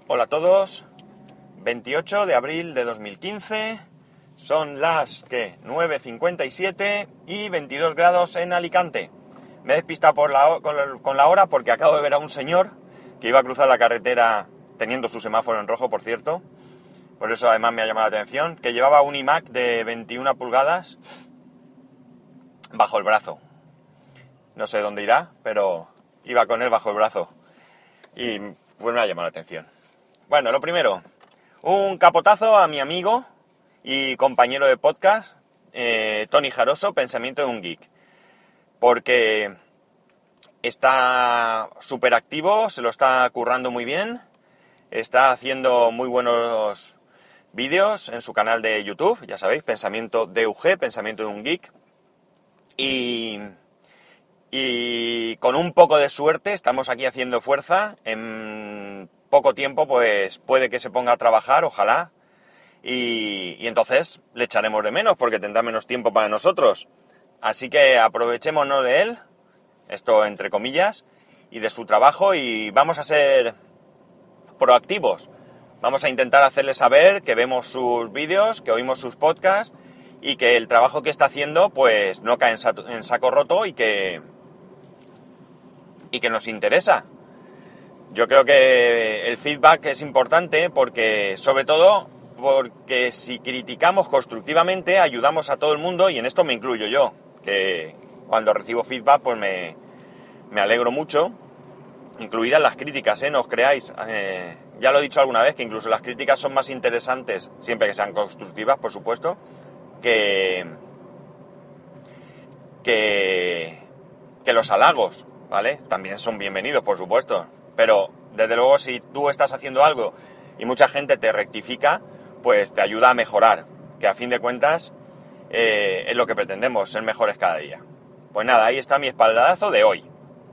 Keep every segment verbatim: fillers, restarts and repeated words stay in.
Hola a todos, veintiocho de abril de dos mil quince, son las que nueve cincuenta y siete y veintidós grados en Alicante. Me he despistado por la, con, la, con la hora porque acabo de ver a un señor que iba a cruzar la carretera teniendo su semáforo en rojo, por cierto, por eso además me ha llamado la atención, que llevaba un iMac de veintiuna pulgadas bajo el brazo. No sé dónde irá, pero iba con él bajo el brazo y pues me ha llamado la atención. Bueno, lo primero, un capotazo a mi amigo y compañero de podcast, eh, Tony Jaroso, Pensamiento de un Geek, porque está súper activo, se lo está currando muy bien, está haciendo muy buenos vídeos en su canal de YouTube, ya sabéis, Pensamiento D U G, Pensamiento de un Geek, y, y con un poco de suerte estamos aquí haciendo fuerza. En poco tiempo pues puede que se ponga a trabajar, ojalá, y, y entonces le echaremos de menos porque tendrá menos tiempo para nosotros. Así que aprovechémonos de él, esto entre comillas, y de su trabajo, y vamos a ser proactivos. Vamos a intentar hacerle saber que vemos sus vídeos, que oímos sus podcasts y que el trabajo que está haciendo pues no cae en, saco, en saco roto y que, y que nos interesa. Yo creo que el feedback es importante porque, sobre todo, porque si criticamos constructivamente ayudamos a todo el mundo, y en esto me incluyo yo, que cuando recibo feedback pues me, me alegro mucho, incluidas las críticas, ¿eh? No os creáis, eh, ya lo he dicho alguna vez, que incluso las críticas son más interesantes, siempre que sean constructivas, por supuesto, que, que, que los halagos, ¿vale? También son bienvenidos, por supuesto. Pero, desde luego, si tú estás haciendo algo y mucha gente te rectifica, pues te ayuda a mejorar, que a fin de cuentas eh, es lo que pretendemos, ser mejores cada día. Pues nada, ahí está mi espaldarazo de hoy.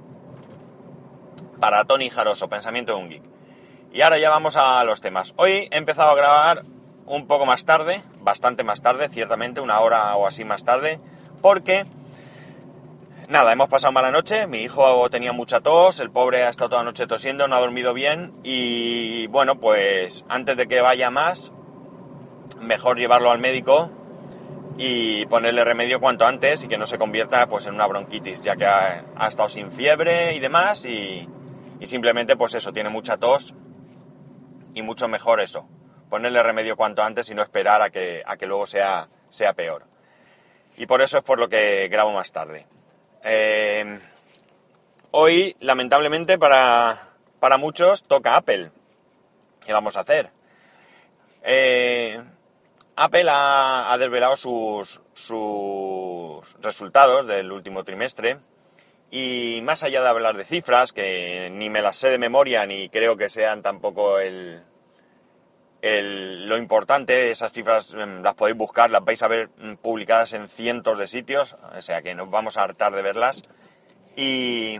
Para Tony Jaroso, Pensamiento de un Geek. Y ahora ya vamos a los temas. Hoy he empezado a grabar un poco más tarde, bastante más tarde, ciertamente, una hora o así más tarde, porque... Nada, hemos pasado mala noche, mi hijo tenía mucha tos, el pobre ha estado toda la noche tosiendo, no ha dormido bien y bueno, pues antes de que vaya más, mejor llevarlo al médico y ponerle remedio cuanto antes y que no se convierta pues en una bronquitis, ya que ha, ha estado sin fiebre y demás y, y simplemente pues eso, tiene mucha tos y mucho mejor eso, ponerle remedio cuanto antes y no esperar a que, a que luego sea, sea peor. Y por eso es por lo que grabo más tarde. Eh, hoy, lamentablemente para, para muchos, toca Apple. ¿Qué vamos a hacer? Eh, Apple ha, ha desvelado sus, sus resultados del último trimestre y más allá de hablar de cifras, que ni me las sé de memoria ni creo que sean tampoco el... El, lo importante, esas cifras las podéis buscar, las vais a ver publicadas en cientos de sitios, o sea que nos vamos a hartar de verlas. Y,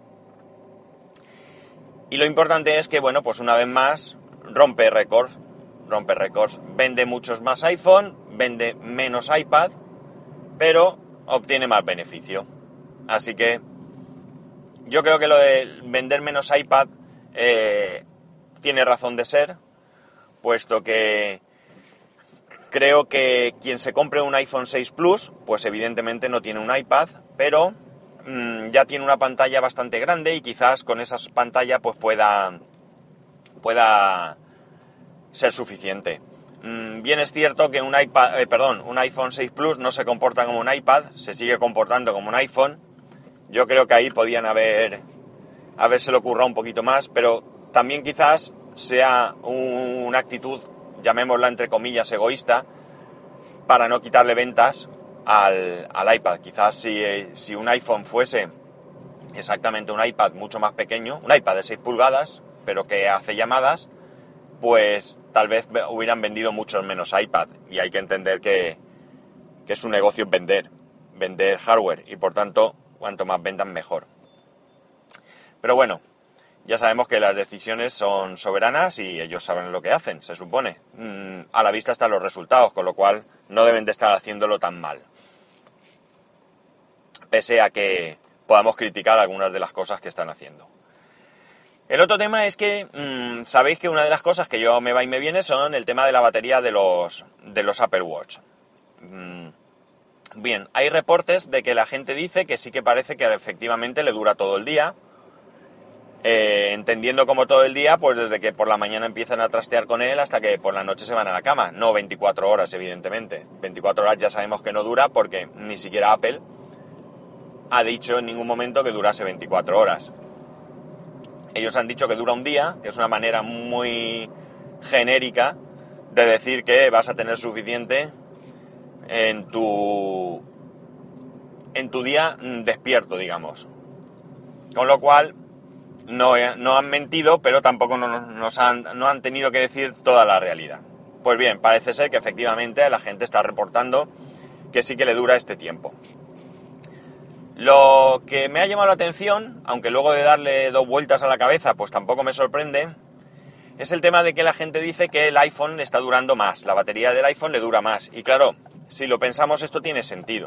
y lo importante es que, bueno, pues una vez más, rompe récords, rompe récords, vende muchos más iPhone, vende menos iPad, pero obtiene más beneficio. Así que yo creo que lo de vender menos iPad eh, tiene razón de ser, puesto que creo que quien se compre un iPhone seis Plus, pues evidentemente no tiene un iPad, pero mmm, ya tiene una pantalla bastante grande y quizás con esa pantalla pues pueda, pueda ser suficiente. Mm, bien es cierto que un iPad, eh, perdón, un iPhone seis Plus no se comporta como un iPad, se sigue comportando como un iPhone. Yo creo que ahí podían haber habérselo currado un poquito más, pero también quizás sea una actitud, llamémosla entre comillas, egoísta, para no quitarle ventas al, al iPad. Quizás si, si un iPhone fuese exactamente un iPad mucho más pequeño, un iPad de seis pulgadas, pero que hace llamadas, pues tal vez hubieran vendido muchos menos iPad. Y hay que entender que, que es un negocio vender, vender hardware, y por tanto, cuanto más vendan mejor. Pero bueno, ya sabemos que las decisiones son soberanas y ellos saben lo que hacen, se supone. Mm, a la vista están los resultados, con lo cual no deben de estar haciéndolo tan mal. Pese a que podamos criticar algunas de las cosas que están haciendo. El otro tema es que mmm, sabéis que una de las cosas que yo me va y me viene son el tema de la batería de los, de los Apple Watch. Mm, bien, hay reportes de que la gente dice que sí que parece que efectivamente le dura todo el día. Eh, entendiendo como todo el día, pues desde que por la mañana empiezan a trastear con él hasta que por la noche se van a la cama. No veinticuatro horas, evidentemente. veinticuatro horas ya sabemos que no dura porque ni siquiera Apple ha dicho en ningún momento que durase veinticuatro horas. Ellos han dicho que dura un día, que es una manera muy genérica de decir que vas a tener suficiente en tu, en tu día despierto, digamos. Con lo cual, no, no han mentido, pero tampoco nos, nos han, no han tenido que decir toda la realidad. Pues bien, parece ser que efectivamente la gente está reportando que sí que le dura este tiempo. Lo que me ha llamado la atención, aunque luego de darle dos vueltas a la cabeza pues tampoco me sorprende, es el tema de que la gente dice que el iPhone está durando más, la batería del iPhone le dura más. Y claro, si lo pensamos esto tiene sentido,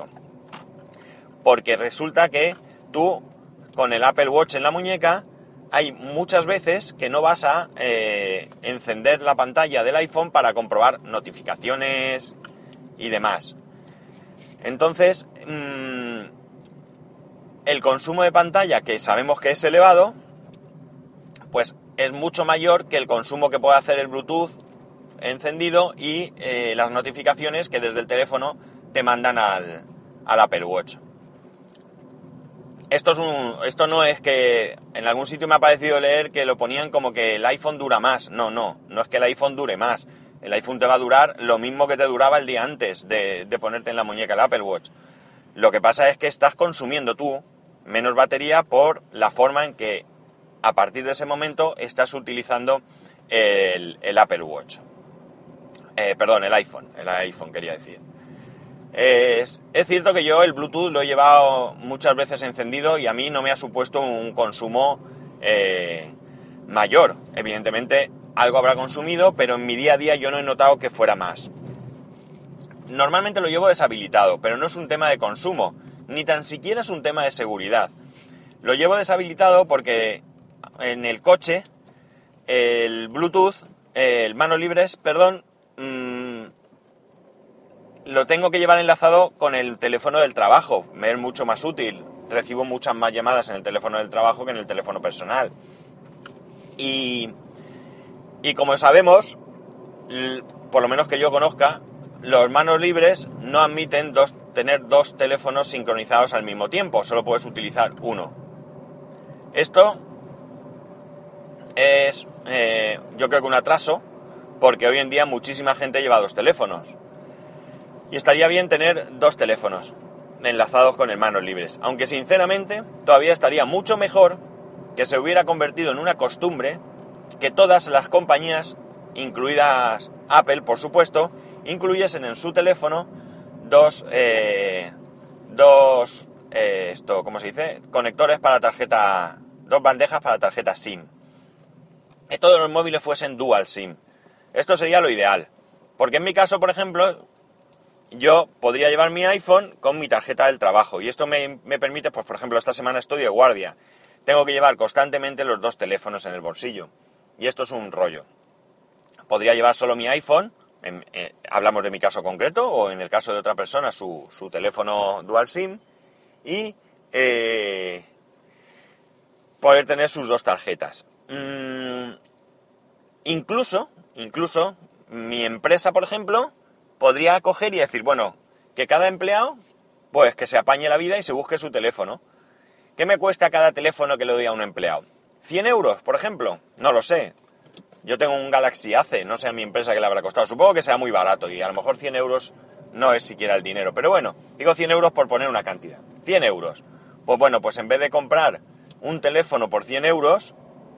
porque resulta que tú con el Apple Watch en la muñeca hay muchas veces que no vas a eh, encender la pantalla del iPhone para comprobar notificaciones y demás. Entonces, mmm, el consumo de pantalla, que sabemos que es elevado, pues es mucho mayor que el consumo que puede hacer el Bluetooth encendido y eh, las notificaciones que desde el teléfono te mandan al, al Apple Watch. Esto, es un, esto no es que en algún sitio me ha parecido leer que lo ponían como que el iPhone dura más. No, no, no es que el iPhone dure más. El iPhone te va a durar lo mismo que te duraba el día antes de, de ponerte en la muñeca el Apple Watch. Lo que pasa es que estás consumiendo tú menos batería por la forma en que a partir de ese momento estás utilizando el, el Apple Watch. Eh, perdón, el iPhone, el iPhone quería decir. Es, es cierto que yo el Bluetooth lo he llevado muchas veces encendido y a mí no me ha supuesto un consumo eh, mayor. Evidentemente algo habrá consumido, pero en mi día a día yo no he notado que fuera más. Normalmente lo llevo deshabilitado, pero no es un tema de consumo, ni tan siquiera es un tema de seguridad. Lo llevo deshabilitado porque en el coche el Bluetooth, el manos libres, perdón, mmm, lo tengo que llevar enlazado con el teléfono del trabajo. Me es mucho más útil. Recibo muchas más llamadas en el teléfono del trabajo que en el teléfono personal. Y, y como sabemos, por lo menos que yo conozca, los manos libres no admiten dos, tener dos teléfonos sincronizados al mismo tiempo. Solo puedes utilizar uno. Esto es, eh, yo creo que un atraso, porque hoy en día muchísima gente lleva dos teléfonos. Y estaría bien tener dos teléfonos enlazados con el manos libres. Aunque sinceramente todavía estaría mucho mejor que se hubiera convertido en una costumbre que todas las compañías, incluidas Apple por supuesto, incluyesen en su teléfono dos, eh, dos eh, esto, ¿cómo se dice? Conectores para tarjeta, dos bandejas para tarjeta SIM. Que todos los móviles fuesen dual SIM. Esto sería lo ideal. Porque en mi caso, por ejemplo, yo podría llevar mi iPhone con mi tarjeta del trabajo y esto me, me permite, pues por ejemplo, esta semana estoy de guardia. Tengo que llevar constantemente los dos teléfonos en el bolsillo y esto es un rollo. Podría llevar solo mi iPhone, en, eh, hablamos de mi caso concreto, o en el caso de otra persona su, su teléfono dual SIM y eh, poder tener sus dos tarjetas. Mm, incluso, incluso mi empresa, por ejemplo, podría coger y decir, bueno, que cada empleado, pues que se apañe la vida y se busque su teléfono. ¿Qué me cuesta cada teléfono que le doy a un empleado? ¿cien euros, por ejemplo? No lo sé. Yo tengo un Galaxy A C, no sé a mi empresa qué le habrá costado. Supongo que sea muy barato y a lo mejor cien euros no es siquiera el dinero. Pero bueno, digo cien euros por poner una cantidad. cien euros. Pues bueno, pues en vez de comprar un teléfono por cien euros,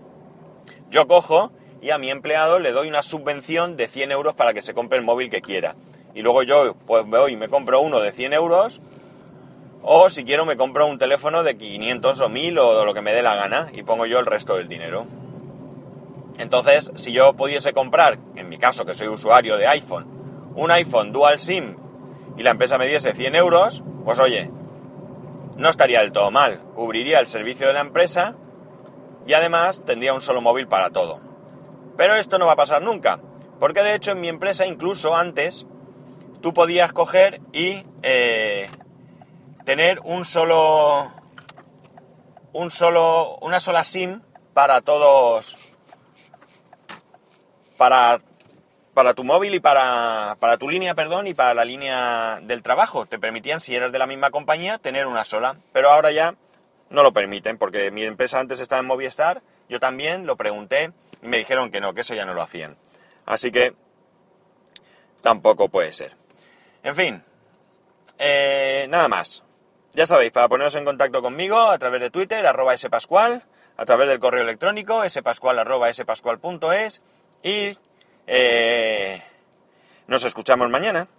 yo cojo y a mi empleado le doy una subvención de cien euros para que se compre el móvil que quiera. Y luego yo pues voy y me compro uno de cien euros, o si quiero me compro un teléfono de quinientos o mil o lo que me dé la gana y pongo yo el resto del dinero. Entonces, si yo pudiese comprar, en mi caso que soy usuario de iPhone, un iPhone Dual SIM y la empresa me diese cien euros, pues oye, no estaría del todo mal. Cubriría el servicio de la empresa y además tendría un solo móvil para todo. Pero esto no va a pasar nunca, porque de hecho en mi empresa incluso antes tú podías coger y eh, tener un solo, un solo, una sola SIM para todos, para, para tu móvil y para, para tu línea, perdón, y para la línea del trabajo. Te permitían, si eras de la misma compañía, tener una sola, pero ahora ya no lo permiten, porque mi empresa antes estaba en Movistar, yo también lo pregunté y me dijeron que no, que eso ya no lo hacían. Así que tampoco puede ser. En fin, eh, nada más. Ya sabéis, para poneros en contacto conmigo a través de Twitter, arroba spascual, a través del correo electrónico, spascual arroba spascual punto es, y eh, nos escuchamos mañana.